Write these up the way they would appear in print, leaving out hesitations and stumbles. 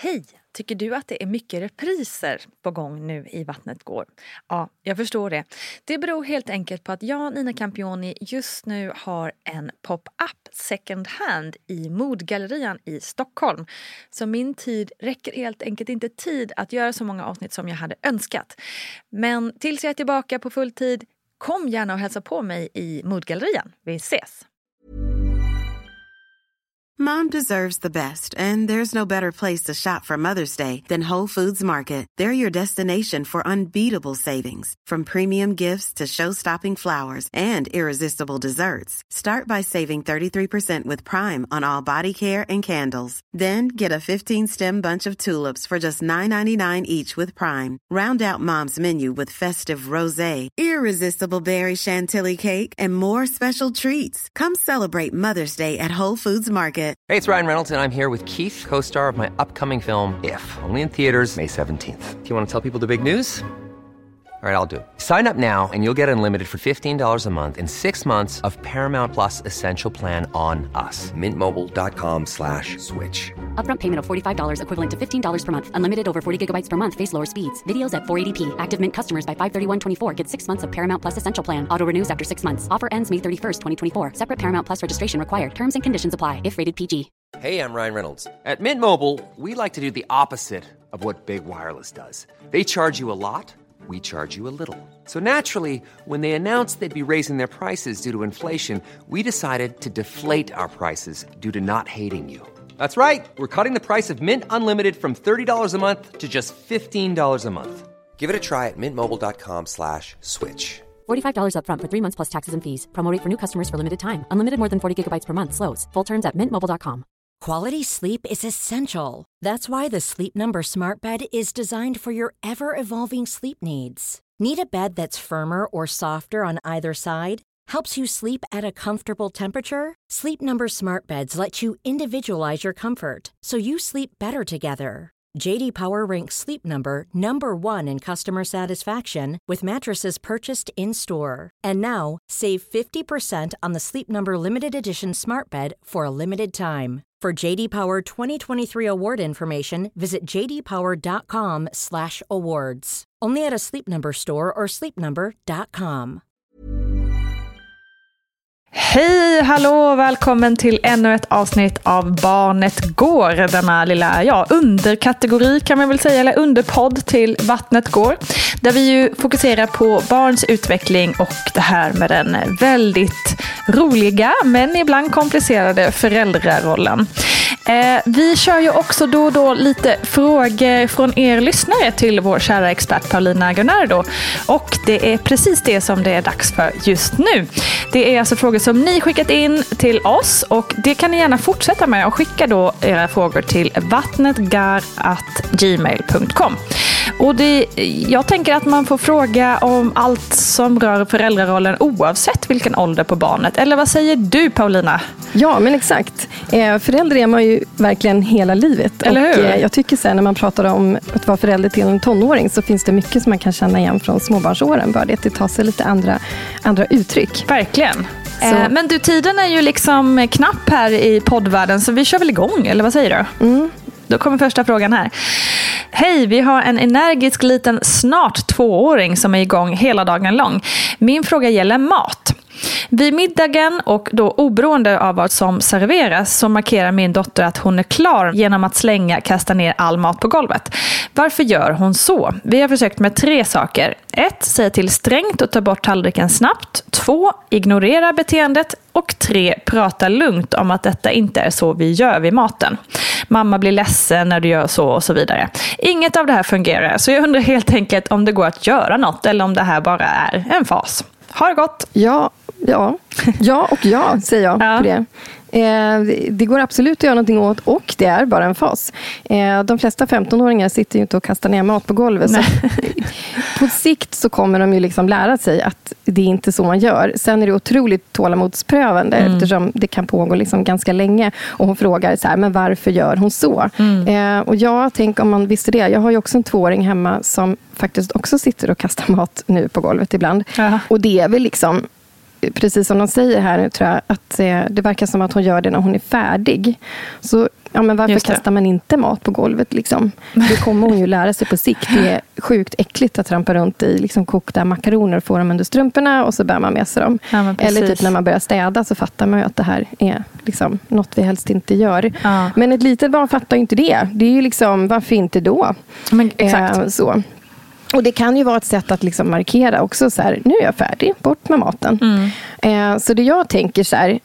Hej! Tycker du att det är mycket repriser på gång nu i Vattnet går? Ja, jag förstår det. Det beror helt enkelt på att jag, Nina Campioni, just nu har en pop-up second hand i Modgallerian i Stockholm. Så min tid räcker helt enkelt inte tid att göra så många avsnitt som jag hade önskat. Men tills jag är tillbaka på full tid, kom gärna och hälsa på mig i Modgallerian. Vi ses! Mom deserves the best, and there's no better place to shop for Mother's Day than Whole Foods Market. They're your destination for unbeatable savings, from premium gifts to show-stopping flowers and irresistible desserts. Start by saving 33% with Prime on all body care and candles. Then get a 15-stem bunch of tulips for just $9.99 each with Prime. Round out Mom's menu with festive rosé, irresistible berry chantilly cake, and more special treats. Come celebrate Mother's Day at Whole Foods Market. Hey, it's Ryan Reynolds, and I'm here with Keith, co-star of my upcoming film, If, only in theaters May 17th. Do you want to tell people the big news? All right, I'll do it. Sign up now and you'll get unlimited for $15 a month and 6 months of Paramount Plus Essential Plan on us. MintMobile.com/switch. Upfront payment of $45 equivalent to $15 per month. Unlimited over 40 gigabytes per month. Face lower speeds. Videos at 480p. Active Mint customers by 531.24 get 6 months of Paramount Plus Essential Plan. Auto renews after 6 months. Offer ends May 31st, 2024. Separate Paramount Plus registration required. Terms and conditions apply if rated PG. Hey, I'm Ryan Reynolds. At Mint Mobile, we like to do the opposite of what Big Wireless does. They charge you a lot. We charge you a little. So naturally, when they announced they'd be raising their prices due to inflation, we decided to deflate our prices due to not hating you. That's right. We're cutting the price of Mint Unlimited from $30 a month to just $15 a month. Give it a try at mintmobile.com/switch. $45 upfront for 3 months plus taxes and fees. Promo rate for new customers for limited time. Unlimited more than 40 gigabytes per month. Slows full terms at mintmobile.com. Quality sleep is essential. That's why the Sleep Number Smart Bed is designed for your ever-evolving sleep needs. Need a bed that's firmer or softer on either side? Helps you sleep at a comfortable temperature? Sleep Number Smart Beds let you individualize your comfort, so you sleep better together. J.D. Power ranks Sleep Number #1 in customer satisfaction with mattresses purchased in-store. And now, save 50% on the Sleep Number Limited Edition Smart Bed for a limited time. For J.D. Power 2023 award information, visit jdpower.com/awards. Only at a Sleep Number store or sleepnumber.com. Hej, hallå, välkommen till ännu ett avsnitt av Barnet går. Denna lilla, underkategori kan man väl säga, eller underpodd till Vattnet går. Där vi ju fokuserar på barns utveckling och det här med den väldigt roliga men ibland komplicerade föräldrarollen. Vi kör ju också då och då lite frågor från er lyssnare till vår kära expert Paulina Gunnardo. Och det är precis det som det är dags för just nu. Det är alltså frågor som ni skickat in till oss och det kan ni gärna fortsätta med och skicka då era frågor till vattnetgar@gmail.com. Och jag tänker att man får fråga om allt som rör föräldrarollen oavsett vilken ålder på barnet. Eller vad säger du, Paulina? Ja, men exakt. Förälder är man ju verkligen hela livet. Eller hur? Och jag tycker så här, när man pratar om att vara förälder till en tonåring så finns det mycket som man kan känna igen från småbarnsåren. Bara det att det tar sig lite andra uttryck. Verkligen. Men du, tiden är ju liksom knapp här i poddvärlden så vi kör väl igång, eller vad säger du? Mm. Då kommer första frågan här. Hej, vi har en energisk liten snart 2-åring som är igång hela dagen lång. Min fråga gäller mat. Vid middagen och då oberoende av vad som serveras så markerar min dotter att hon är klar genom att kasta ner all mat på golvet. Varför gör hon så? Vi har försökt med 3 saker. 1. Säga till strängt och ta bort tallriken snabbt. 2. Ignorera beteendet. Och 3. Prata lugnt om att detta inte är så vi gör vid maten. Mamma blir ledsen när du gör så och så vidare. Inget av det här fungerar så jag undrar helt enkelt om det går att göra något eller om det här bara är en fas. Ha det gott! Ja, säger jag på det. Det går absolut att göra någonting åt och det är bara en fas. De flesta 15-åringar sitter ju inte och kastar ner mat på golvet. Så på sikt så kommer de ju liksom lära sig att det är inte så man gör. Sen är det otroligt tålamodsprövande eftersom det kan pågå liksom ganska länge. Och hon frågar så här, men varför gör hon så? Och jag tänker om man visste det. Jag har ju också en 2-åring hemma som faktiskt också sitter och kastar mat nu på golvet ibland. Och det är väl liksom precis som de säger här nu, tror jag, att det verkar som att hon gör det när hon är färdig. Så men varför kastar man inte mat på golvet? Liksom? Det kommer hon ju lära sig på sikt. Det är sjukt äckligt att trampa runt i liksom kokta makaroner och få dem under strumporna och så bär man med sig dem. Ja, eller typ när man börjar städa så fattar man ju att det här är liksom något vi helst inte gör. Ja. Men ett litet barn fattar ju inte det. Det är ju liksom, varför inte då? Men, exakt. Så. Och det kan ju vara ett sätt att liksom markera också så här, nu är jag färdig, bort med maten. Så det jag tänker så här,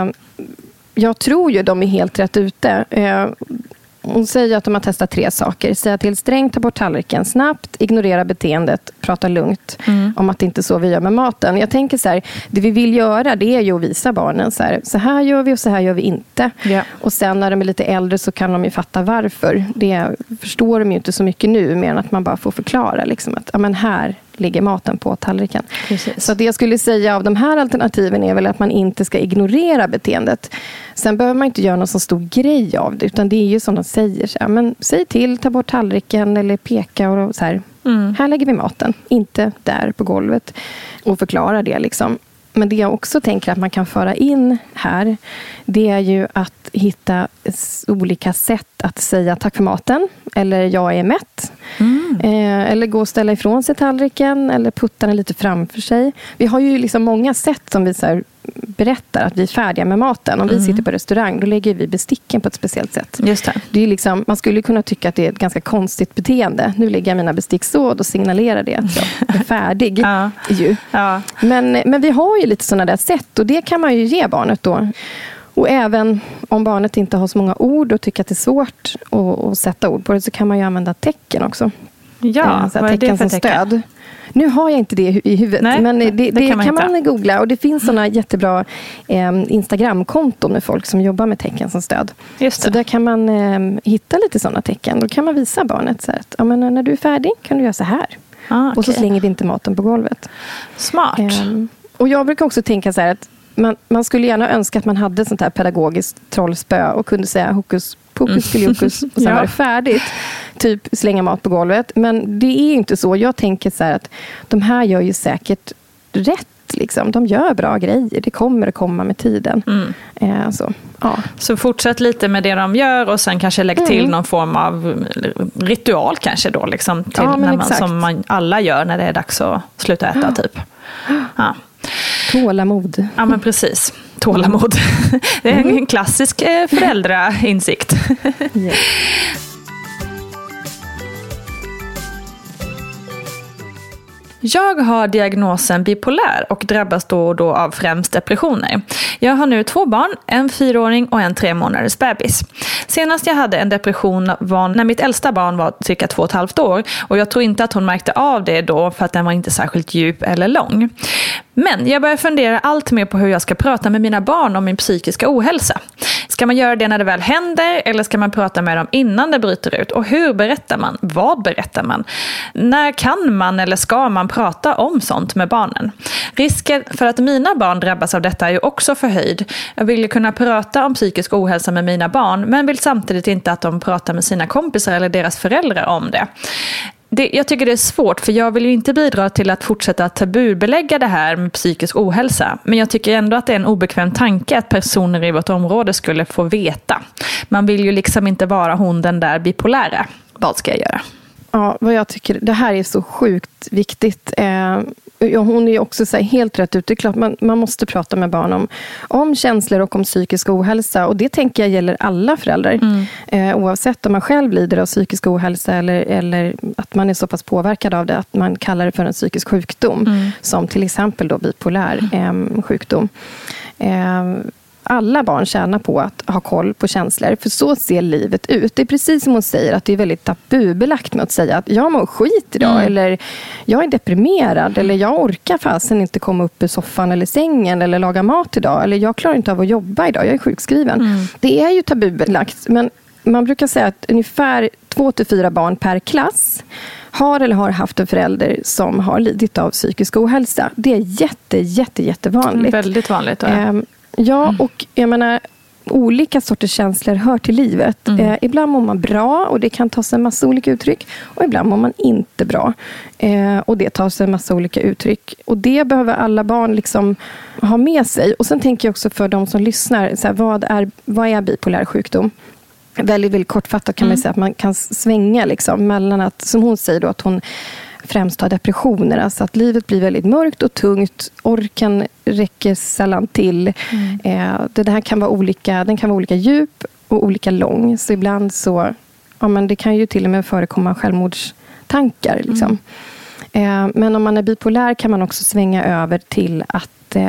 jag tror ju de är helt rätt ute. Hon säger att de har testat 3 saker. Säga till strängt, ta bort tallriken snabbt, ignorera beteendet, prata lugnt om att det inte är så vi gör med maten. Jag tänker så här, det vi vill göra det är ju att visa barnen så här gör vi och så här gör vi inte. Yeah. Och sen när de är lite äldre så kan de ju fatta varför. Det förstår de ju inte så mycket nu, mer än att man bara får förklara liksom att men här ligger maten på tallriken. Precis. Så det jag skulle säga av de här alternativen är väl att man inte ska ignorera beteendet. Sen behöver man inte göra någon så stor grej av det, utan det är ju som de säger. Så här, men säg till, ta bort tallriken eller peka och så här. Här lägger vi maten, inte där på golvet. Och förklara det liksom. Men det jag också tänker att man kan föra in här, det är ju att hitta olika sätt att säga tack för maten. Eller jag är mätt. Eller gå och ställa ifrån sig tallriken. Eller putta den lite framför sig. Vi har ju liksom många sätt som vi så här berättar att vi är färdiga med maten. Om vi sitter på restaurang, då lägger vi besticken på ett speciellt sätt. Just det. Det är liksom, man skulle kunna tycka att det är ett ganska konstigt beteende. Nu lägger jag mina bestick så och då signalerar det att jag är färdig. Ja. Men vi har ju lite sådana där sätt och det kan man ju ge barnet då. Och även om barnet inte har så många ord och tycker att det är svårt att sätta ord på det, så kan man ju använda tecken också. Ja, vad är det för tecken? Stöd. Nu har jag inte det i huvudet. Nej, men det kan man googla. Och det finns sådana jättebra Instagram-konton med folk som jobbar med tecken som stöd. Just det. Så där kan man hitta lite sådana tecken. Då kan man visa barnet så här att när du är färdig kan du göra så här. Okay. Och så slänger vi inte maten på golvet. Smart. Och jag brukar också tänka så här att man skulle gärna önska att man hade sånt här pedagogiskt trollspö och kunde säga hokus pokus filiokus och sen var det färdigt. Typ slänga mat på golvet. Men det är inte så. Jag tänker så här att de här gör ju säkert rätt. Liksom. De gör bra grejer. Det kommer att komma med tiden. Så fortsätt lite med det de gör och sen kanske lägg till någon form av ritual kanske då. Liksom, till när som man alla gör när det är dags att sluta äta typ. Ja. Tålamod. Ja, men precis. Tålamod. Det är en klassisk föräldrainsikt. Yeah. Jag har diagnosen bipolär och drabbas då och då av främst depressioner. Jag har nu 2 barn, en 4-åring och en 3 månaders bebis. Senast jag hade en depression var när mitt äldsta barn var cirka 2,5 år och jag tror inte att hon märkte av det då för att den var inte särskilt djup eller lång. Men jag börjar fundera allt mer på hur jag ska prata med mina barn om min psykiska ohälsa. Ska man göra det när det väl händer eller ska man prata med dem innan det bryter ut? Och hur berättar man? Vad berättar man? När kan man eller ska man prata om sånt med barnen? Risken för att mina barn drabbas av detta är ju också förhöjd. Jag vill ju kunna prata om psykisk ohälsa med mina barn men vill samtidigt inte att de pratar med sina kompisar eller deras föräldrar om det. Jag tycker det är svårt för jag vill ju inte bidra till att fortsätta tabubelägga det här med psykisk ohälsa. Men jag tycker ändå att det är en obekväm tanke att personer i vårt område skulle få veta. Man vill ju liksom inte vara hon den där bipolära. Vad ska jag göra? Ja, vad jag tycker, det här är så sjukt viktigt. Hon är också så här helt rätt ut. Det är klart man måste prata med barn om känslor och om psykisk ohälsa. Och det tänker jag gäller alla föräldrar. Oavsett om man själv lider av psykisk ohälsa eller att man är så pass påverkad av det att man kallar det för en psykisk sjukdom. Som till exempel då bipolär sjukdom. Alla barn tjänar på att ha koll på känslor. För så ser livet ut. Det är precis som hon säger att det är väldigt tabubelagt med att säga att jag mår skit idag. Eller jag är deprimerad. Eller jag orkar fasen inte komma upp ur soffan eller sängen. Eller laga mat idag. Eller jag klarar inte av att jobba idag. Jag är sjukskriven. Det är ju tabubelagt. Men man brukar säga att ungefär 2-4 barn per klass har eller har haft en förälder som har lidit av psykisk ohälsa. Det är jättevanligt. Väldigt vanligt. Ja, och jag menar, olika sorters känslor hör till livet. Ibland mår man bra och det kan ta sig en massa olika uttryck. Och ibland mår man inte bra. Och det tar sig en massa olika uttryck. Och det behöver alla barn liksom ha med sig. Och sen tänker jag också för de som lyssnar, så här, vad är bipolär sjukdom? Väldigt, väldigt kortfattat kan man säga att man kan svänga liksom, mellan att, som hon säger då, att hon främst har depressioner. Alltså att livet blir väldigt mörkt och tungt. Orken räcker sällan till. Det här kan vara olika, den kan vara olika djup och olika lång. Så ibland så, men det kan ju till och med förekomma självmordstankar. Liksom. Men om man är bipolär kan man också svänga över till att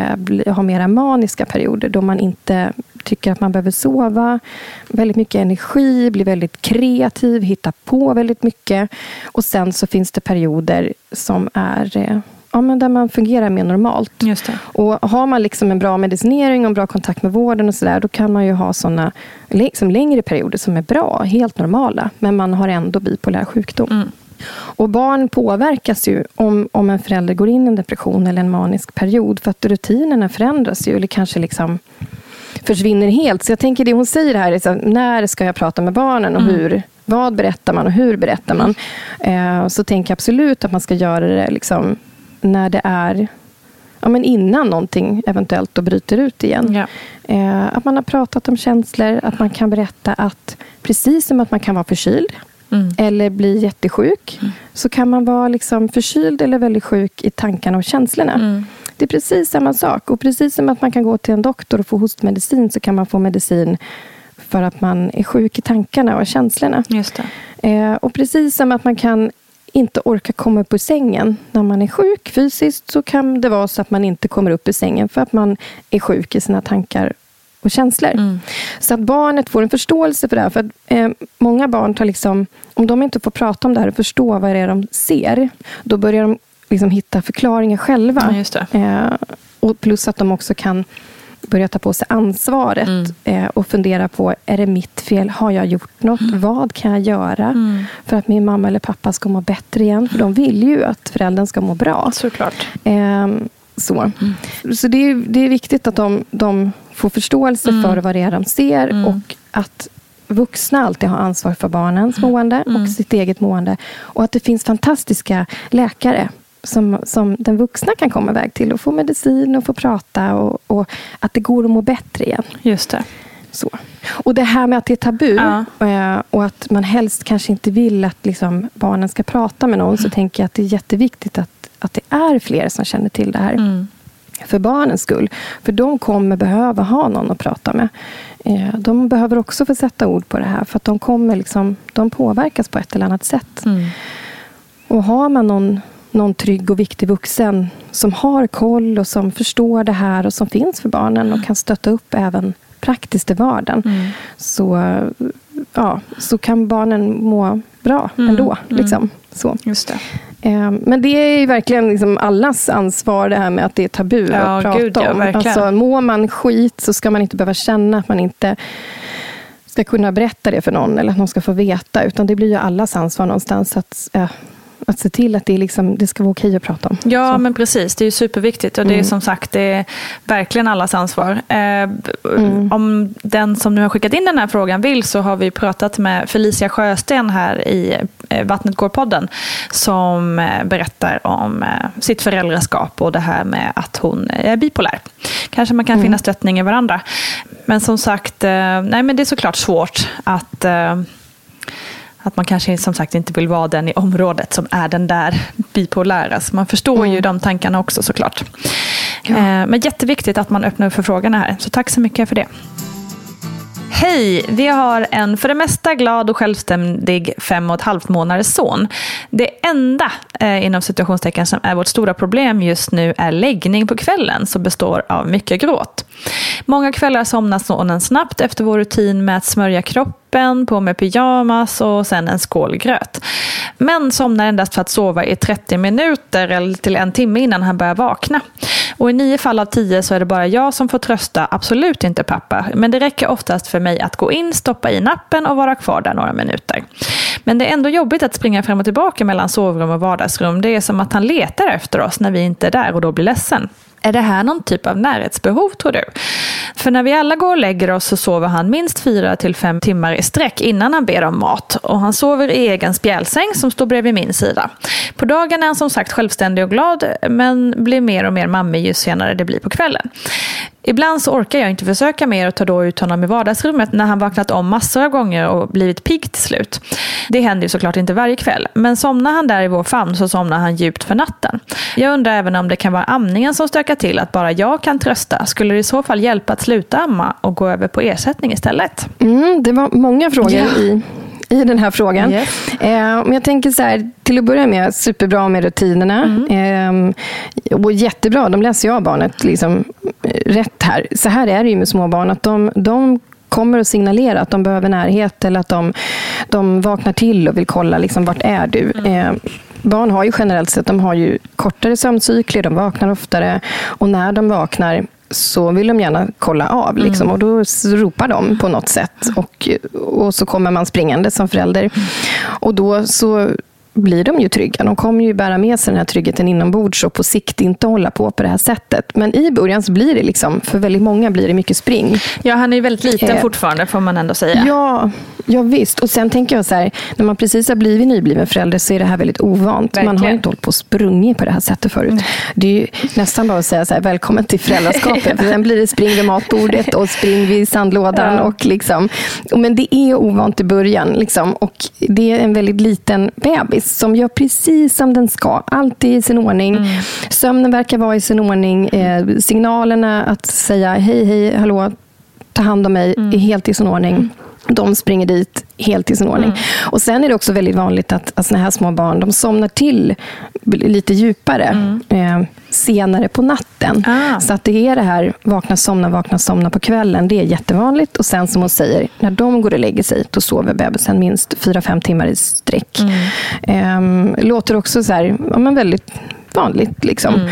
ha mera maniska perioder då man inte tycker att man behöver sova, väldigt mycket energi, blir väldigt kreativ, hittar på väldigt mycket. Och sen så finns det perioder som är där man fungerar mer normalt. Just det. Och har man liksom en bra medicinering och en bra kontakt med vården och sådär, då kan man ju ha sådana liksom längre perioder som är bra, helt normala, men man har ändå bipolär sjukdom. Och barn påverkas ju om en förälder går in i en depression eller en manisk period, för att rutinerna förändras ju eller kanske liksom försvinner helt. Så jag tänker det hon säger här är så, när ska jag prata med barnen och vad berättar man och hur berättar man? Så tänker jag absolut att man ska göra det liksom när det är innan någonting eventuellt då bryter ut igen. Att man har pratat om känslor, att man kan berätta att precis som att man kan vara förkyld eller bli jättesjuk, så kan man vara liksom förkyld eller väldigt sjuk i tankarna och känslorna. Det är precis samma sak. Och precis som att man kan gå till en doktor och få hostmedicin, så kan man få medicin för att man är sjuk i tankarna och känslorna. Just det. Och precis som att man kan inte orka komma upp ur sängen när man är sjuk fysiskt, så kan det vara så att man inte kommer upp ur sängen för att man är sjuk i sina tankar och känslor. Så att barnet får en förståelse för det här. För att många barn tar liksom, om de inte får prata om det här och förstå vad det är de ser, då börjar de liksom hitta förklaringar själva. Ja, just det. Och plus att de också kan börja ta på sig ansvaret och fundera på, är det mitt fel? Har jag gjort något? Vad kan jag göra för att min mamma eller pappa ska må bättre igen? För de vill ju att föräldern ska må bra. Såklart. Så det är viktigt att de får förståelse för vad det är de ser och att vuxna alltid har ansvar för barnens mående och sitt eget mående. Och att det finns fantastiska läkare som den vuxna kan komma iväg till och få medicin och få prata och att det går att må bättre igen. Just det. Så. Och det här med att det är tabu och att man helst kanske inte vill att liksom barnen ska prata med någon, så tänker jag att det är jätteviktigt att det är fler som känner till det här. För barnens skull. För de kommer behöva ha någon att prata med. De behöver också få sätta ord på det här, för att de påverkas på ett eller annat sätt. Och har man någon trygg och viktig vuxen som har koll och som förstår det här och som finns för barnen och kan stötta upp även praktiskt i vardagen, så kan barnen må bra ändå. Liksom. Så. Just det. Men det är ju verkligen liksom allas ansvar, det här med att det är tabu att prata om. Alltså, mår man skit så ska man inte behöva känna att man inte ska kunna berätta det för någon eller att någon ska få veta, utan det blir ju allas ansvar någonstans att se till att det ska vara okej att prata om. Ja, så. Men precis. Det är ju superviktigt. Och det är som sagt, det är verkligen allas ansvar. Om den som nu har skickat in den här frågan vill, så har vi pratat med Felicia Sjösten här i Vattnet går-podden, som berättar om sitt föräldraskap och det här med att hon är bipolär. Kanske man kan finna stöttning i varandra. Men som sagt, men det är såklart svårt att man kanske som sagt inte vill vara den i området som är den där bipolära. Så man förstår ju de tankarna också såklart. Men jätteviktigt att man öppnar upp för frågorna här. Så tack så mycket för det. Hej, vi har en för det mesta glad och självständig 5,5 månaders son. Det enda inom situationstecken som är vårt stora problem just nu är läggning på kvällen, som består av mycket gråt. Många kvällar somnar sonen snabbt efter vår rutin med att smörja kroppen, på med pyjamas och sen en skål gröt. Men somnar endast för att sova i 30 minuter eller till en timme innan han börjar vakna. Och i 9 fall av 10 så är det bara jag som får trösta, absolut inte pappa. Men det räcker oftast för mig att gå in, stoppa i nappen och vara kvar där några minuter. Men det är ändå jobbigt att springa fram och tillbaka mellan sovrum och vardagsrum. Det är som att han letar efter oss när vi inte är där och då blir ledsen. Är det här någon typ av närhetsbehov, tror du? För när vi alla går och lägger oss så sover han minst 4 till 5 timmar i sträck innan han ber om mat. Och han sover i egen spjälsäng som står bredvid min sida. På dagen är han som sagt självständig och glad, men blir mer och mer mammig ju senare det blir på kvällen. Ibland så orkar jag inte försöka mer och ta då ut honom i vardagsrummet när han vaknat om massor av gånger och blivit pigg till slut. Det händer ju såklart inte varje kväll, men somnar han där i vår famn så somnar han djupt för natten. Jag undrar även om det kan vara amningen som stökar till att bara jag kan trösta. Skulle det i så fall hjälpa att sluta amma och gå över på ersättning istället? Det var många frågor i den här frågan. Yes. Men jag tänker så här, till att börja med, superbra med rutinerna. Och jättebra, de läser jag barnet liksom rätt här. Så här är det ju med små barn, att de kommer att signalera att de behöver närhet eller att de vaknar till och vill kolla liksom, vart är du? Barn har ju generellt sett, de har ju kortare sömncykler, de vaknar oftare, och när de vaknar så vill de gärna kolla av liksom, och då ropar de på något sätt och så kommer man springande som förälder, och då så blir de ju trygga. De kommer ju bära med sig den här tryggheten inombords och på sikt inte hålla på det här sättet. Men i början så blir det liksom, för väldigt många blir det mycket spring. Ja, han är ju väldigt liten fortfarande, får man ändå säga. Ja, visst. Och sen tänker jag så här, när man precis har blivit nybliven förälder så är det här väldigt ovant. Verkligen. Man har inte hållit på att sprungit på det här sättet förut. Det är ju nästan bara att säga så här, välkommen till föräldraskapet. För sen blir det spring vid matbordet och spring vid sandlådan. Och liksom, men det är ovant i början. Liksom, och det är en väldigt liten bebis som gör precis som den ska. Allt är i sin ordning. Sömnen verkar vara i sin ordning. Signalerna att säga hej, hallå, ta hand om mig är helt i sin ordning. De springer dit helt i sin ordning. Och sen är det också väldigt vanligt att såna här små barn, de somnar till lite djupare senare på natten. Så att det är det här vakna, somna på kvällen. Det är jättevanligt. Och sen som hon säger, när de går och lägger sig, då sover bebisen minst 4-5 timmar i sträck. Låter också så här, ja, men väldigt vanligt liksom.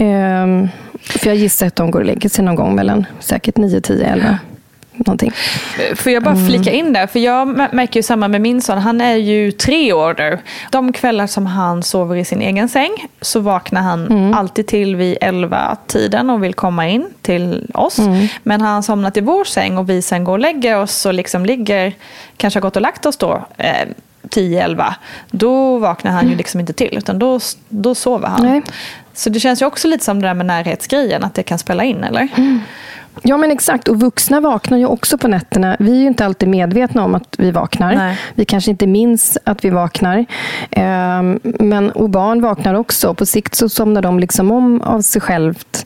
För jag gissar att de går och lägger sig någon gång mellan säkert 9, 10, 11. Någonting. Får jag bara flika in där? För jag märker ju samma med min son. Han är ju 3 år nu. De kvällar som han sover i sin egen säng så vaknar han alltid till vid 11-tiden och vill komma in till oss. Men har han somnat i vår säng och vi sen går och lägger oss och liksom ligger, kanske har gått och lagt oss då 10-11, då vaknar han ju liksom inte till, utan då sover han. Nej. Så det känns ju också lite som det där med närhetsgrejen, att det kan spela in, eller? Ja, men exakt. Och vuxna vaknar ju också på nätterna. Vi är ju inte alltid medvetna om att vi vaknar. Nej. Vi kanske inte minns att vi vaknar. Och barn vaknar också. På sikt så somnar de liksom om av sig självt.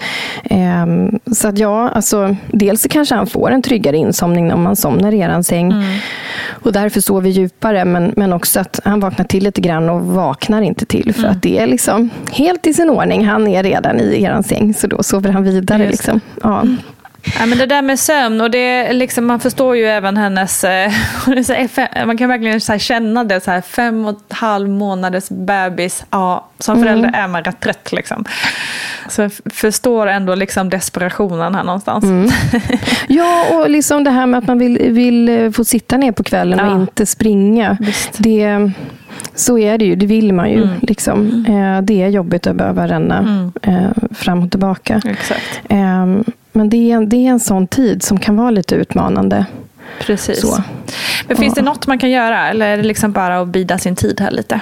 Så att alltså, dels så kanske han får en tryggare insomning om man somnar i eran säng. Och därför sover vi djupare. Men också att han vaknar till lite grann och vaknar inte till. För att det är liksom helt i sin ordning. Han är redan i eran säng. Så då sover han vidare. Liksom. Ja. Ja, men det där med sömn, och det liksom, man förstår ju även hennes, man kan verkligen så här känna det, så här 5,5 månaders bebis, ja, som förälder är man rätt trött liksom. Så jag förstår ändå liksom desperationen här någonstans. Ja, och liksom det här med att man vill få sitta ner på kvällen och inte springa. Det, så är det ju, det vill man ju liksom. Det är jobbigt att behöva ränna fram och tillbaka. Exakt. Men det är en sån tid som kan vara lite utmanande. Precis. Så. Men finns det något man kan göra? Eller är det liksom bara att bida sin tid här lite?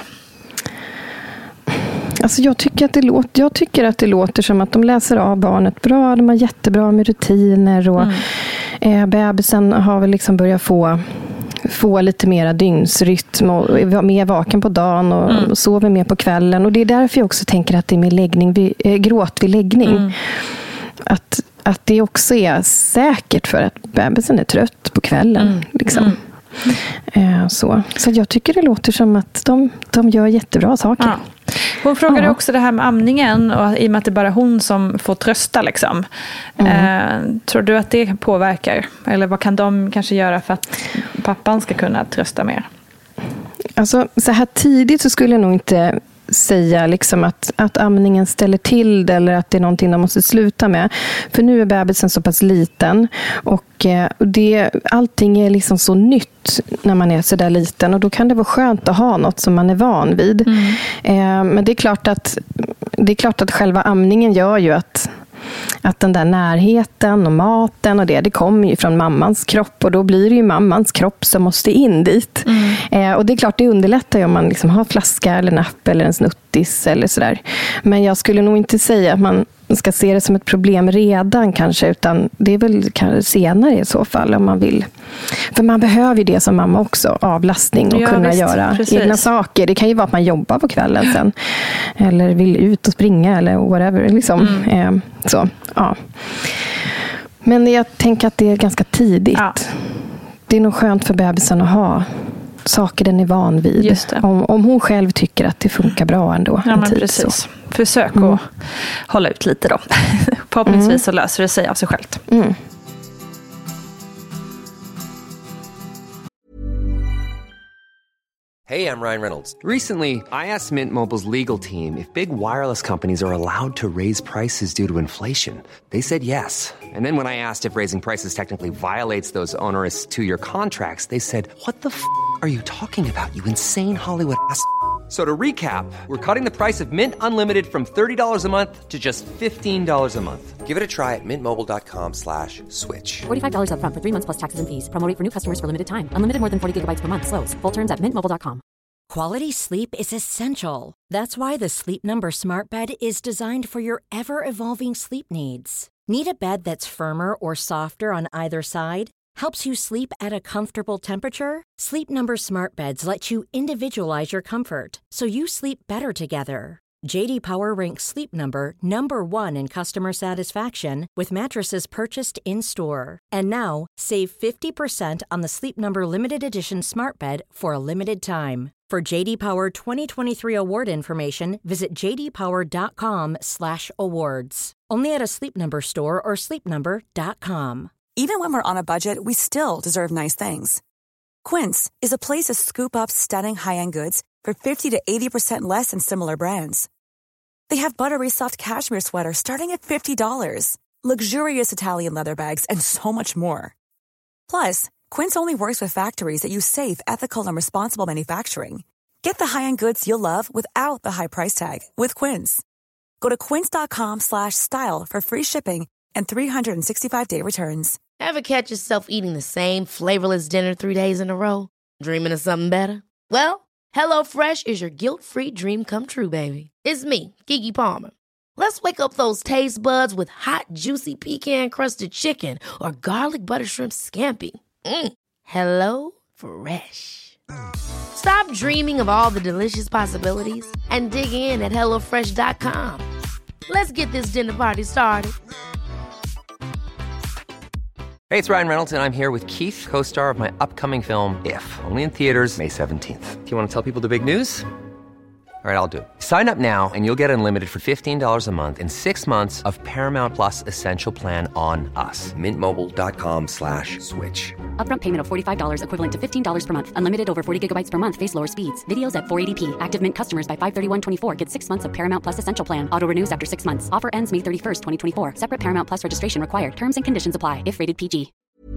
Alltså jag tycker att det låter som att de läser av barnet bra. De har jättebra med rutiner. Och bebisen har väl liksom börjat få lite mera dygnsrytm och är mer vaken på dagen och sover mer på kvällen. Och det är därför jag också tänker att det är med gråt vid läggning. Att det också är säkert för att bebisen är trött på kvällen. Liksom. Så jag tycker det låter som att de gör jättebra saker. Ja. Hon frågade också det här med amningen, och i och med att det är bara hon som får trösta liksom. Tror du att det påverkar? Eller vad kan de kanske göra för att pappan ska kunna trösta mer? Alltså så här tidigt så skulle jag nog inte säga liksom att amningen ställer till det, eller att det är någonting de måste sluta med. För nu är bebisen så pass liten och allting är liksom så nytt när man är så där liten, och då kan det vara skönt att ha något som man är van vid. Men det är klart att själva amningen gör ju att att den där närheten och maten och det kommer ju från mammans kropp, och då blir det ju mammans kropp som måste in dit. Och det är klart, det underlättar ju om man liksom har flaska eller napp eller en snuttis eller sådär. Men jag skulle nog inte säga att man ska se det som ett problem redan kanske, utan det är väl kanske senare i så fall om man vill. För man behöver ju det som mamma också, avlastning och kunna göra egna saker. Det kan ju vara att man jobbar på kvällen sen eller vill ut och springa eller whatever liksom. Så, ja. Men jag tänker att det är ganska tidigt. Ja. Det är nog skönt för bebisen att ha saker den är van vid. Just det. Om hon själv tycker att det funkar bra ändå. Ja, men precis. Så. Försök att hålla ut lite då. Förhoppningsvis så löser det sig av sig självt. Hey, I'm Ryan Reynolds. Recently, I asked Mint Mobile's legal team if big wireless companies are allowed to raise prices due to inflation. They said yes. And then when I asked if raising prices technically violates those onerous 2-year contracts, they said, "What the f*** are you talking about, you insane Hollywood ass?" So to recap, we're cutting the price of Mint Unlimited from $30 a month to just $15 a month. Give it a try at mintmobile.com/switch. $45 up front for 3 months plus taxes and fees. Promo rate for new customers for limited time. Unlimited more than 40 gigabytes per month slows. Full terms at mintmobile.com. Quality sleep is essential. That's why the Sleep Number Smart Bed is designed for your ever-evolving sleep needs. Need a bed that's firmer or softer on either side? Helps you sleep at a comfortable temperature? Sleep Number Smart Beds let you individualize your comfort, so you sleep better together. J.D. Power ranks Sleep Number #1 in customer satisfaction with mattresses purchased in-store. And now, save 50% on the Sleep Number Limited Edition Smart Bed for a limited time. For J.D. Power 2023 award information, visit jdpower.com/awards. Only at a Sleep Number store or sleepnumber.com. Even when we're on a budget, we still deserve nice things. Quince is a place to scoop up stunning high-end goods for 50 to 80% less than similar brands. They have buttery soft cashmere sweaters starting at $50, luxurious Italian leather bags, and so much more. Plus, Quince only works with factories that use safe, ethical, and responsible manufacturing. Get the high-end goods you'll love without the high price tag with Quince. Go to quince.com/style for free shipping and 365-day returns. Ever catch yourself eating the same flavorless dinner 3 days in a row? Dreaming of something better? Well, HelloFresh is your guilt-free dream come true, baby. It's me, Keke Palmer. Let's wake up those taste buds with hot, juicy pecan-crusted chicken or garlic butter shrimp scampi. Hello Fresh. Stop dreaming of all the delicious possibilities and dig in at HelloFresh.com. Let's get this dinner party started. Hey, it's Ryan Reynolds, and I'm here with Keith, co-star of my upcoming film, If, only in theaters May 17th. Do you want to tell people the big news? All right, I'll do it. Sign up now and you'll get unlimited for $15 a month and 6 months of Paramount Plus Essential Plan on us. mintmobile.com/switch. Upfront payment of $45 equivalent to $15 per month. Unlimited over 40 gigabytes per month. Face lower speeds. Videos at 480p. Active Mint customers by 531.24 get 6 months of Paramount Plus Essential Plan. Auto renews after 6 months. Offer ends May 31st, 2024. Separate Paramount Plus registration required. Terms and conditions apply if rated PG.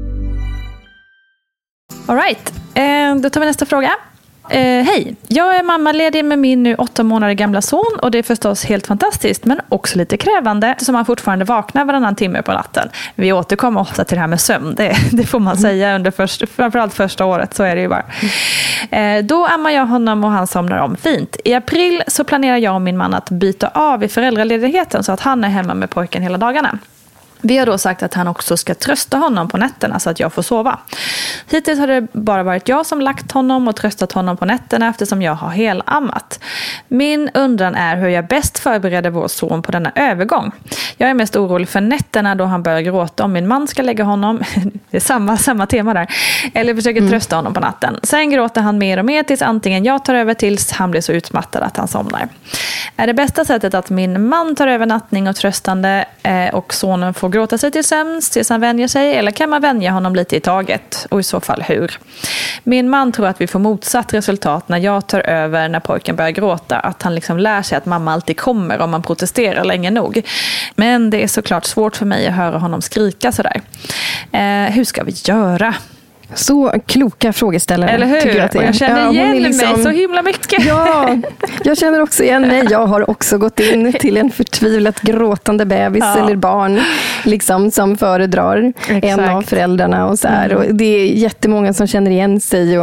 All right. Då tar vi nästa fråga. Hej, jag är mammaledig med min nu 8 månader gamla son och det är förstås helt fantastiskt men också lite krävande som han fortfarande vaknar varannan timme på natten. Vi återkommer ofta till det här med sömn, det får man säga under framförallt första året, så är det ju bara. Då ammar jag honom och han somnar om fint. I april så planerar jag och min man att byta av i föräldraledigheten så att han är hemma med pojken hela dagarna. Vi har då sagt att han också ska trösta honom på nätterna så att jag får sova. Hittills har det bara varit jag som lagt honom och tröstat honom på nätterna eftersom jag har helammat. Min undran är hur jag bäst förbereder vår son på denna övergång. Jag är mest orolig för nätterna då han börjar gråta om min man ska lägga honom, det är samma tema där, eller försöker trösta honom på natten. Sen gråter han mer och mer tills antingen jag tar över tills han blir så utmattad att han somnar. Är det bästa sättet att min man tar över nattning och tröstande och sonen får gråta sig till sömns tills han vänjer sig, eller kan man vänja honom lite i taget och i så fall hur? Min man tror att vi får motsatt resultat när jag tar över när pojken börjar gråta, att han liksom lär sig att mamma alltid kommer om man protesterar länge nog. Men det är såklart svårt för mig att höra honom skrika sådär. Hur ska vi göra? Så kloka frågeställare. Eller hur? Tycker jag, och jag känner igen mig så himla mycket. Ja, jag känner också igen mig. Jag har också gått in till en förtvivlat gråtande bebis eller barn liksom, som föredrar en av föräldrarna. Och, så här. Och det är jättemånga som känner igen sig.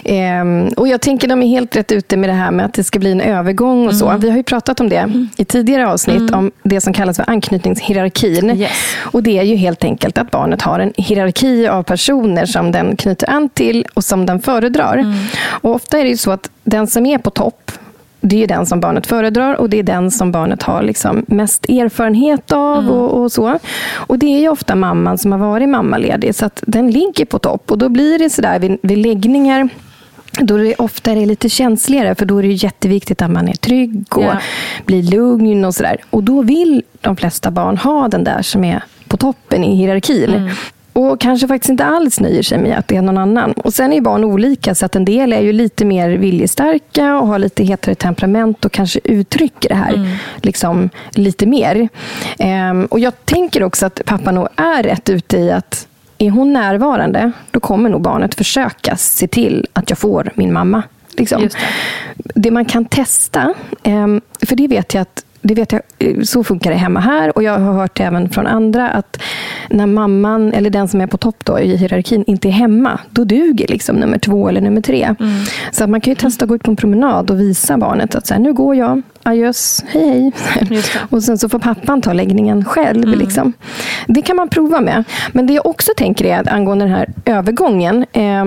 Och jag tänker de är helt rätt ute med det här med att det ska bli en övergång och så. Vi har ju pratat om det i tidigare avsnitt om det som kallas för anknytningshierarkin. Yes. Och det är ju helt enkelt att barnet har en hierarki av personer som den knyter an till och som den föredrar. Och ofta är det ju så att den som är på topp, det är den som barnet föredrar och det är den som barnet har liksom mest erfarenhet av och så. Och det är ju ofta mamman som har varit mammaledig, så att den ligger på topp. Och då blir det sådär vid läggningar, då är det ofta lite känsligare, för då är det jätteviktigt att man är trygg och blir lugn och sådär. Och då vill de flesta barn ha den där som är på toppen i hierarkin. Och kanske faktiskt inte alls nöjer sig med att det är någon annan. Och sen är barn olika, så att en del är ju lite mer viljestarka och har lite hetare temperament och kanske uttrycker det här liksom lite mer. Och jag tänker också att pappa nog är rätt ute i att är hon närvarande, då kommer nog barnet försöka se till att jag får min mamma. Liksom. Just det man kan testa, för det vet jag, så funkar det hemma här, och jag har hört även från andra att när mamman eller den som är på topp då i hierarkin inte är hemma, då duger liksom nummer 2 eller nummer 3. Så att man kan ju testa att gå ut på en promenad och visa barnet att så här, nu går jag, adjöss, hej. Och sen så får pappan ta läggningen själv. Liksom. Det kan man prova med. Men det jag också tänker är att angående den här övergången,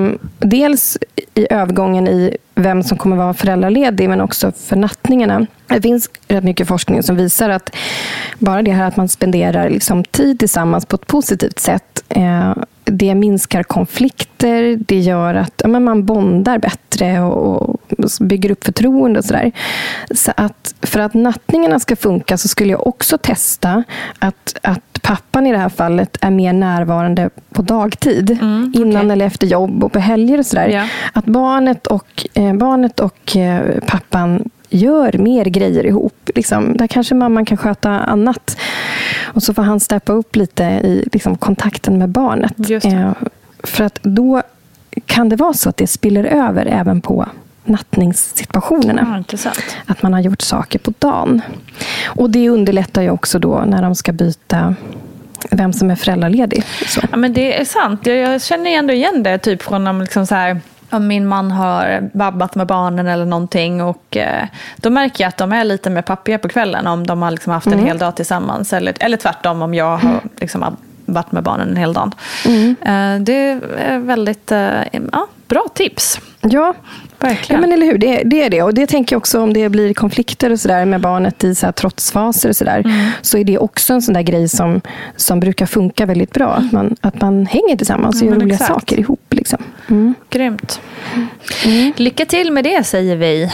dels i övergången i vem som kommer vara föräldraledig, men också för nattningarna. Det finns rätt mycket forskning som visar att bara det här att man spenderar liksom tid tillsammans på ett positivt sätt, det minskar konflikter, det gör att man bondar bättre och bygger upp förtroende och sådär. Så att för att nattningarna ska funka så skulle jag också testa att pappan i det här fallet är mer närvarande på dagtid, innan eller efter jobb och på helger och sådär. Yeah. Att barnet och pappan gör mer grejer ihop. Liksom. Där kanske mamman kan sköta annat. Och så får han steppa upp lite i liksom, kontakten med barnet. För att då kan det vara så att det spiller över även på nattningssituationerna. Att man har gjort saker på dagen. Och det underlättar ju också då när de ska byta vem som är föräldraledig. Så. Ja, men det är sant. Jag känner ändå igen det typ från om liksom så här, om min man har babbat med barnen eller någonting, och då märker jag att de är lite mer pappiga på kvällen om de har liksom haft en hel dag tillsammans, eller tvärtom om jag har liksom varit med barnen en hel dag. Det är väldigt bra tips. Ja, verkligen. Ja, men eller hur, det är det. Och det tänker jag också, om det blir konflikter och sådär med barnet i så här trotsfaser och sådär, så är det också en sån där grej som brukar funka väldigt bra. Att man hänger tillsammans och gör roliga saker ihop. Liksom. Grymt. Lycka till med det, säger vi.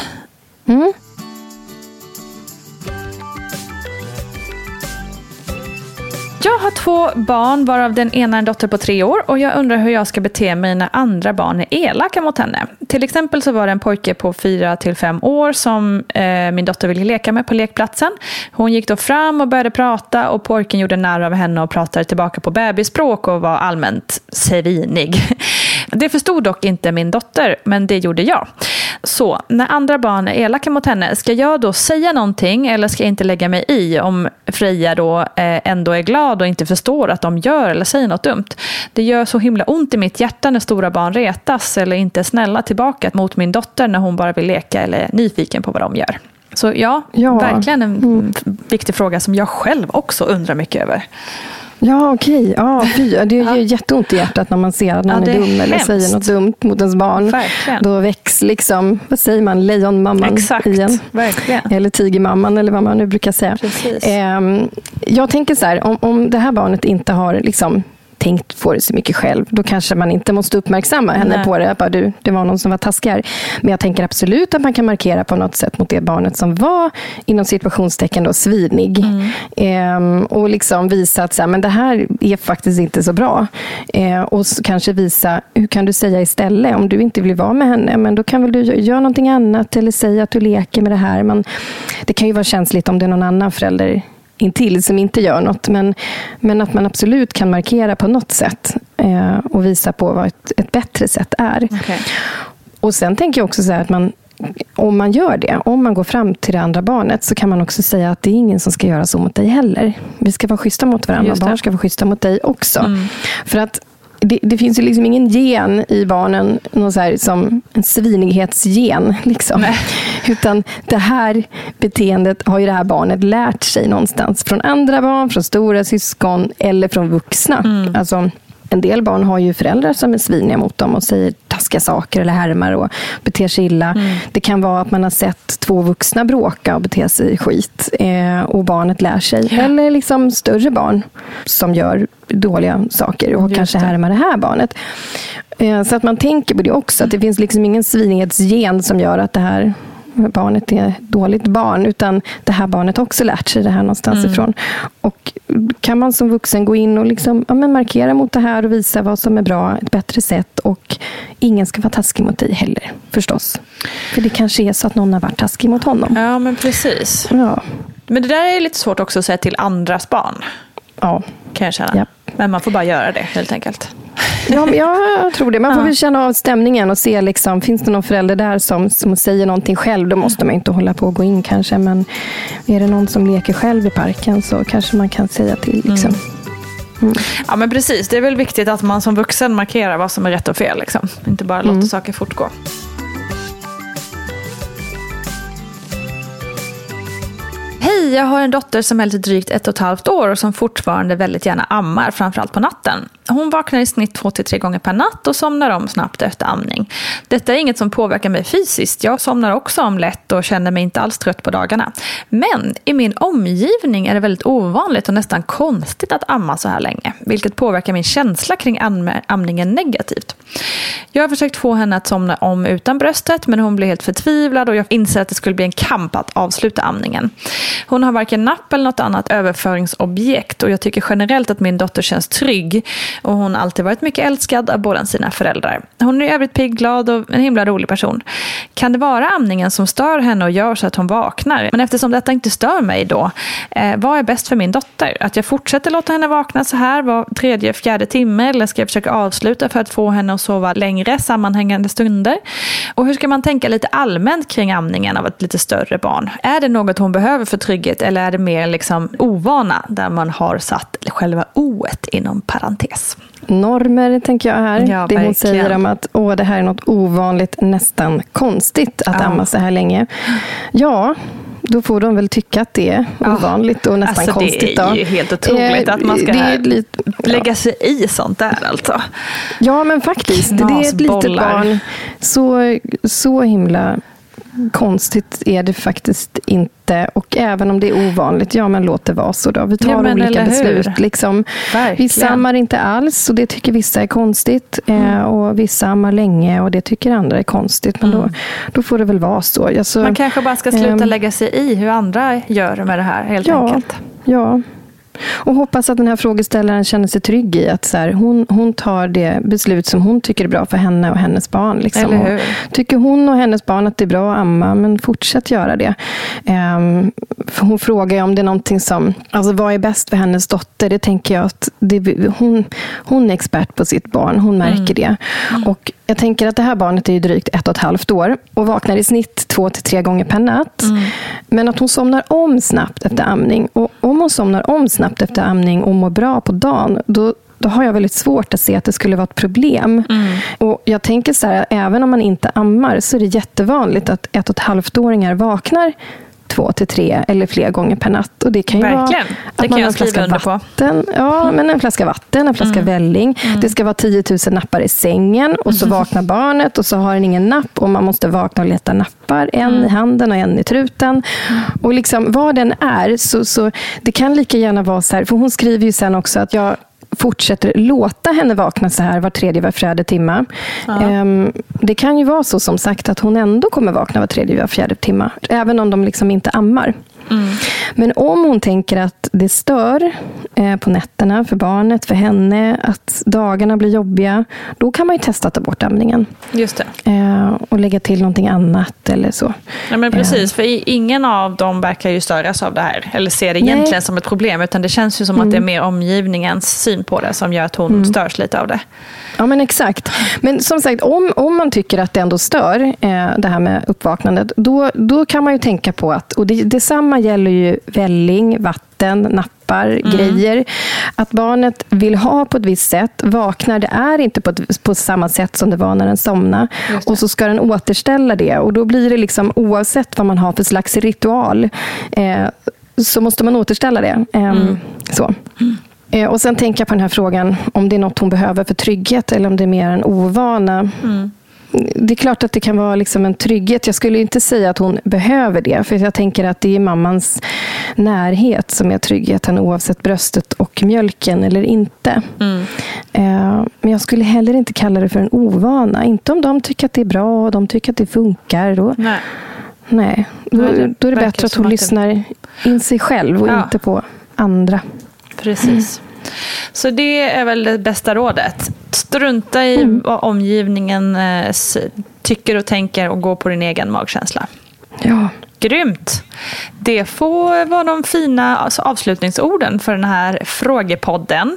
Jag har 2 barn, varav den ena är en dotter på 3 år, och jag undrar hur jag ska bete mig när andra barn är elaka mot henne. Till exempel så var det en pojke på 4-5 år som min dotter ville leka med på lekplatsen. Hon gick då fram och började prata, och pojken gjorde narr av henne och pratade tillbaka på bebisspråk och var allmänt svinig. Det förstod dock inte min dotter, men det gjorde jag. Så, när andra barn är elaka mot henne, ska jag då säga någonting eller ska jag inte lägga mig i om Freja då ändå är glad och inte förstår att de gör eller säger något dumt? Det gör så himla ont i mitt hjärta när stora barn retas eller inte är snälla tillbaka mot min dotter när hon bara vill leka eller är nyfiken på vad de gör. Så ja. Verkligen en viktig fråga som jag själv också undrar mycket över. Ja, okej. Ja, det gör jätteont i hjärtat när man ser att någon är dum eller säger något dumt mot ens barn. Verkligen. Då väcks liksom, vad säger man, lejonmamman igen. Verkligen. Eller tigermamman eller vad man nu brukar säga. Jag tänker så här, om det här barnet inte har liksom tänkt på det så mycket själv, då kanske man inte måste uppmärksamma henne på det. Bara, det var någon som var taskig. Men jag tänker absolut att man kan markera på något sätt mot det barnet som var inom situationstecken då svinig. Och liksom visa att så här, men det här är faktiskt inte så bra. Och kanske visa, hur kan du säga istället om du inte vill vara med henne? Men då kan väl du göra någonting annat eller säga att du leker med det här. Men det kan ju vara känsligt om det är någon annan förälder intill som inte gör något, men att man absolut kan markera på något sätt och visa på vad ett bättre sätt är. Okay. Och sen tänker jag också så här att om man gör det, om man går fram till det andra barnet, så kan man också säga att det är ingen som ska göra så mot dig heller. Vi ska vara schyssta mot varandra, barn ska vara schyssta mot dig också. För att det finns ju liksom ingen gen i barnen, någon så här, som en svinighetsgen liksom. Utan det här beteendet har ju det här barnet lärt sig någonstans från andra barn, från stora syskon eller från vuxna. Alltså, en del barn har ju föräldrar som är sviniga mot dem och säger taskiga saker eller härmar och beter sig illa. Det kan vara att man har sett 2 vuxna bråka och bete sig skit och barnet lär sig. Eller liksom större barn som gör dåliga saker och kanske härmar det här barnet. Så att man tänker på det också. Att det finns liksom ingen svinighetsgen som gör att det här barnet är dåligt barn, utan det här barnet också lärt sig det här någonstans ifrån. Och kan man som vuxen gå in och liksom, markera mot det här och visa vad som är bra, ett bättre sätt, och ingen ska vara taskig mot dig heller, förstås. För det kanske är så att någon har varit taskig mot honom. Ja, men precis. Ja. Men det där är lite svårt också att säga till andras barn. Ja. Kan jag känna. Ja. Men man får bara göra det, helt enkelt. Ja, jag tror det. Man får väl känna av stämningen och se liksom, finns det någon förälder där som säger någonting själv, då måste man inte hålla på och gå in kanske. Men är det någon som leker själv i parken, så kanske man kan säga till liksom. Ja, men precis. Det är väl viktigt att man som vuxen markerar vad som är rätt och fel. Liksom. Inte bara låta saker fortgå. Hej, jag har en dotter som är lite drygt 1,5 år och som fortfarande väldigt gärna ammar, framförallt på natten. Hon vaknar i snitt 2-3 gånger per natt och somnar om snabbt efter amning. Detta är inget som påverkar mig fysiskt. Jag somnar också om lätt och känner mig inte alls trött på dagarna. Men i min omgivning är det väldigt ovanligt och nästan konstigt att amma så här länge, vilket påverkar min känsla kring amningen negativt. Jag har försökt få henne att somna om utan bröstet, men hon blir helt förtvivlad och jag inser att det skulle bli en kamp att avsluta amningen. Hon har varken napp eller något annat överföringsobjekt och jag tycker generellt att min dotter känns trygg och hon har alltid varit mycket älskad av båda sina föräldrar. Hon är i övrigt pigg, glad och en himla rolig person. Kan det vara amningen som stör henne och gör så att hon vaknar? Men eftersom detta inte stör mig då, vad är bäst för min dotter? Att jag fortsätter låta henne vakna så här var 3-4 timme, eller ska jag försöka avsluta för att få henne att sova längre sammanhängande stunder? Och hur ska man tänka lite allmänt kring amningen av ett lite större barn? Är det något hon behöver för trygghet, eller är det mer liksom ovana där man har satt själva oet inom parentes? Normer, tänker jag här. Ja, det hon säger om att det här är något ovanligt, nästan konstigt att amma så här länge. Ja, då får de väl tycka att det är ovanligt och nästan konstigt. Det är ju helt otroligt att man ska lägga sig i sånt där alltså. Ja, men faktiskt. Det är ett litet barn. Så himla konstigt är det faktiskt inte. Och även om det är ovanligt, men låt det vara så då. Vi tar olika beslut. Liksom. Vissa ammar inte alls och det tycker vissa är konstigt. Och vissa ammar länge och det tycker andra är konstigt. Men då får det väl vara så. Man kanske bara ska sluta lägga sig i hur andra gör med det här helt enkelt. Ja. Och hoppas att den här frågeställaren känner sig trygg i att så här, hon tar det beslut som hon tycker är bra för henne och hennes barn. Liksom. Eller hur? Tycker hon och hennes barn att det är bra att amma, men fortsätt göra det. För hon frågar ju om det är någonting som, alltså vad är bäst för hennes dotter? Det tänker jag att hon är expert på sitt barn. Hon märker det. Och jag tänker att det här barnet är ju drygt 1,5 år och vaknar i snitt 2-3 gånger per natt. Men att hon somnar om snabbt efter amning. Och om hon somnar om snabbt efter amning och mår bra på dagen, då har jag väldigt svårt att se att det skulle vara ett problem. Och jag tänker så här, även om man inte ammar så är det jättevanligt att 1,5-åringar vaknar 2-3 eller fler gånger per natt. Och det kan ju verkligen. vara att man har en flaska vatten. Ja, men en flaska vatten, en flaska välling. Det ska vara 10 000 nappar i sängen och så vaknar barnet och så har den ingen napp och man måste vakna och leta nappar. En i handen och en i truten. Och liksom vad den är så det kan lika gärna vara så här, för hon skriver ju sen också att jag fortsätter låta henne vakna så här var 3:e, var 4:e timme. Det kan ju vara så som sagt att hon ändå kommer vakna var 3:e, var 4:e timme. Även om de liksom inte ammar. Men om hon tänker att det stör på nätterna för barnet, för henne, att dagarna blir jobbiga, då kan man ju testa att ta bort amningen. Just det. Och lägga till någonting annat eller så. Ja, men precis, för ingen av dem verkar ju störas av det här. Eller ser det egentligen som ett problem, utan det känns ju som att det är mer omgivningens syn på det som gör att hon störs lite av det. Ja, men exakt. Men som sagt, om man tycker att det ändå stör det här med uppvaknandet, då kan man ju tänka på att, och detsamma gäller ju välling, vatten, nappar, grejer. Att barnet vill ha på ett visst sätt, vaknar, det är inte på samma sätt som det var när den somnar. Och så ska den återställa det. Och då blir det liksom, oavsett vad man har för slags ritual, så måste man återställa det. Så. Och sen tänker jag på den här frågan om det är något hon behöver för trygghet eller om det är mer en ovana. Det är klart att det kan vara liksom en trygghet. Jag skulle inte säga att hon behöver det, för jag tänker att det är mammans närhet som är tryggheten, oavsett bröstet och mjölken eller inte. Men jag skulle heller inte kalla det för en ovana. Inte om de tycker att det är bra och de tycker att det funkar. Då är det bättre att hon lyssnar in sig själv och inte på andra. Precis. Så det är väl det bästa rådet. Strunta i vad omgivningen tycker och tänker och gå på din egen magkänsla. Ja. Grymt. Det får vara de fina avslutningsorden för den här frågepodden.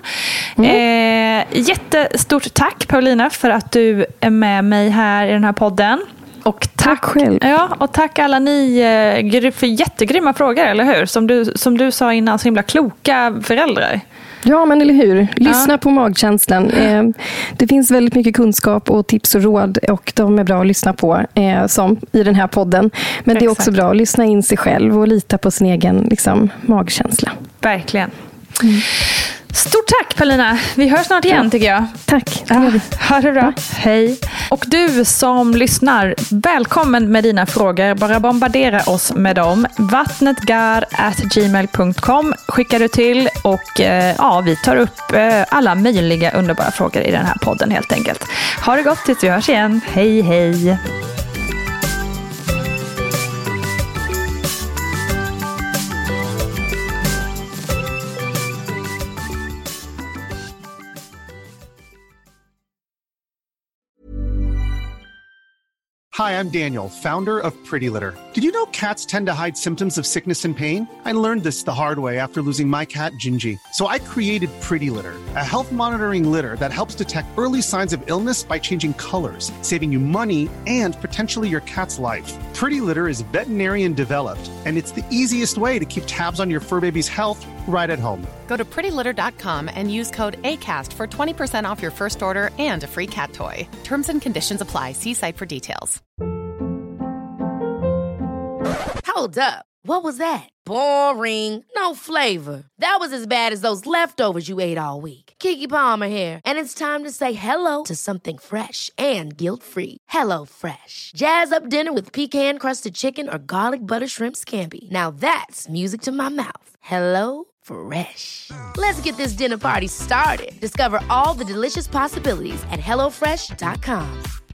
Jättestort tack, Paulina, för att du är med mig här i den här podden. Och tack själv. Ja, och tack alla ni för jättegrymma frågor, eller hur? Som du sa innan, så himla kloka föräldrar. Ja, men eller hur? Lyssna på magkänslan. Det finns väldigt mycket kunskap och tips och råd, och de är bra att lyssna på, som i den här podden. Men det är också bra att lyssna in sig själv och lita på sin egen magkänsla. Verkligen. Stort tack, Paulina. Vi hörs snart igen, tycker jag. Tack. Ha det bra. Hej. Och du som lyssnar, välkommen med dina frågor. Bara bombardera oss med dem. vattnetgar@gmail.com skickar du till, och vi tar upp alla möjliga underbara frågor i den här podden helt enkelt. Ha det gott tills vi hörs igen. Hej, hej. Hi, I'm Daniel, founder of Pretty Litter. Did you know cats tend to hide symptoms of sickness and pain? I learned this the hard way after losing my cat, Gingy. So I created Pretty Litter, a health monitoring litter that helps detect early signs of illness by changing colors, saving you money and potentially your cat's life. Pretty Litter is veterinarian developed, and it's the easiest way to keep tabs on your fur baby's health right at home. Go to prettylitter.com and use code ACAST for 20% off your first order and a free cat toy. Terms and conditions apply. See site for details. Hold up. What was that? Boring. No flavor. That was as bad as those leftovers you ate all week. Keke Palmer here, and it's time to say hello to something fresh and guilt-free. Hello Fresh. Jazz up dinner with pecan-crusted chicken or garlic butter shrimp scampi. Now that's music to my mouth. Hello Fresh. Let's get this dinner party started. Discover all the delicious possibilities at hellofresh.com.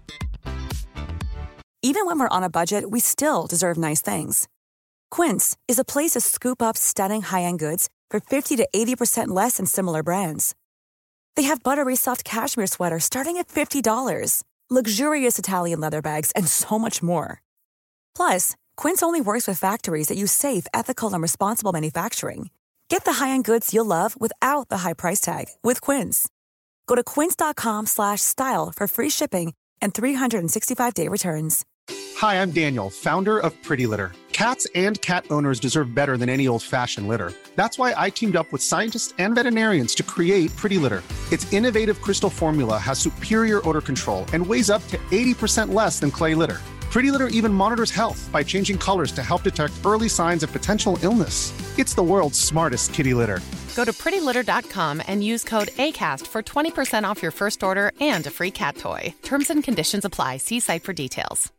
Even when we're on a budget, we still deserve nice things. Quince is a place to scoop up stunning high-end goods for 50 to 80% less than similar brands. They have buttery soft cashmere sweaters starting at $50, luxurious Italian leather bags, and so much more. Plus, Quince only works with factories that use safe, ethical, and responsible manufacturing. Get the high-end goods you'll love without the high price tag with Quince. Go to quince.com/style for free shipping and 365-day returns. Hi, I'm Daniel, founder of Pretty Litter. Cats and cat owners deserve better than any old-fashioned litter. That's why I teamed up with scientists and veterinarians to create Pretty Litter. Its innovative crystal formula has superior odor control and weighs up to 80% less than clay litter. Pretty Litter even monitors health by changing colors to help detect early signs of potential illness. It's the world's smartest kitty litter. Go to prettylitter.com and use code ACAST for 20% off your first order and a free cat toy. Terms and conditions apply. See site for details.